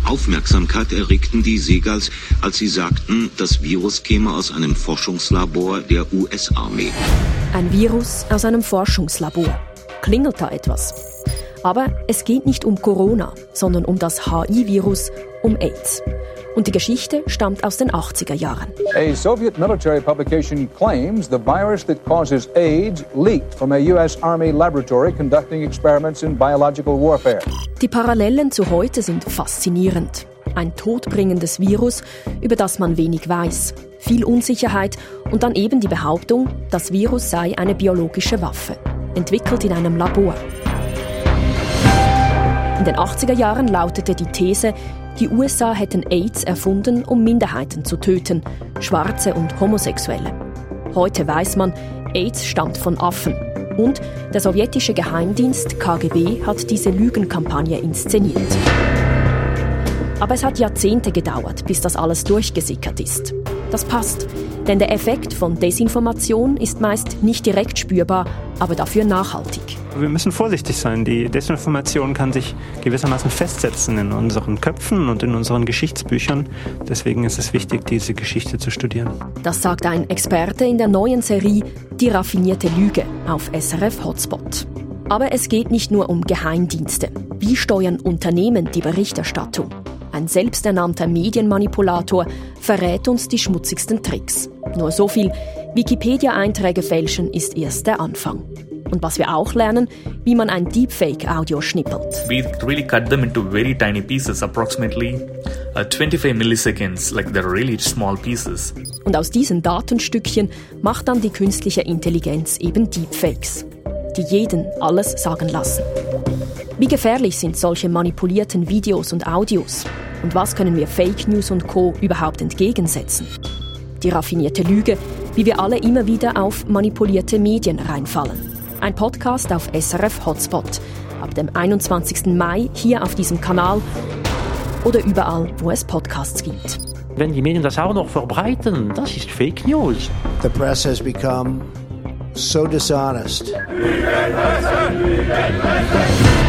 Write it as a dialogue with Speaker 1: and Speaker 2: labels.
Speaker 1: Aufmerksamkeit erregten die Segals, als sie sagten, das Virus käme aus einem Forschungslabor der US-Armee.
Speaker 2: Ein Virus aus einem Forschungslabor. Klingelt da etwas? Aber es geht nicht um Corona, sondern um das HIV-Virus, um AIDS. Und die Geschichte stammt aus den 80er Jahren.
Speaker 3: A Soviet military publication claims the virus that causes AIDS leaked from a US Army laboratory conducting experiments in biological warfare.
Speaker 2: Die Parallelen zu heute sind faszinierend. Ein todbringendes Virus, über das man wenig weiß. Viel Unsicherheit und dann eben die Behauptung, das Virus sei eine biologische Waffe, entwickelt in einem Labor. In den 80er Jahren lautete die These, die USA hätten AIDS erfunden, um Minderheiten zu töten, Schwarze und Homosexuelle. Heute weiß man, AIDS stammt von Affen. Und der sowjetische Geheimdienst KGB hat diese Lügenkampagne inszeniert. Aber es hat Jahrzehnte gedauert, bis das alles durchgesickert ist. Das passt, denn der Effekt von Desinformation ist meist nicht direkt spürbar, aber dafür nachhaltig.
Speaker 4: Wir müssen vorsichtig sein. Die Desinformation kann sich gewissermaßen festsetzen in unseren Köpfen und in unseren Geschichtsbüchern. Deswegen ist es wichtig, diese Geschichte zu studieren.
Speaker 2: Das sagt ein Experte in der neuen Serie Die raffinierte Lüge auf SRF Hotspot. Aber es geht nicht nur um Geheimdienste. Wie steuern Unternehmen die Berichterstattung? Ein selbsternannter Medienmanipulator verrät uns die schmutzigsten Tricks. Nur so viel: Wikipedia-Einträge fälschen ist erst der Anfang. Und was wir auch lernen, wie man ein Deepfake-Audio schnippelt.
Speaker 5: We really cut them into very tiny pieces, approximately 25 milliseconds, like they're really small pieces.
Speaker 2: Und aus diesen Datenstückchen macht dann die künstliche Intelligenz eben Deepfakes, die jeden alles sagen lassen. Wie gefährlich sind solche manipulierten Videos und Audios? Und was können wir Fake News und Co. überhaupt entgegensetzen? Die raffinierte Lüge, wie wir alle immer wieder auf manipulierte Medien reinfallen. Ein Podcast auf SRF Hotspot. Ab dem 21. Mai hier auf diesem Kanal oder überall, wo es Podcasts gibt.
Speaker 6: Wenn die Medien das auch noch verbreiten, das ist Fake News.
Speaker 7: The press has become so dishonest.
Speaker 8: Lügenpresse, Lügenpresse.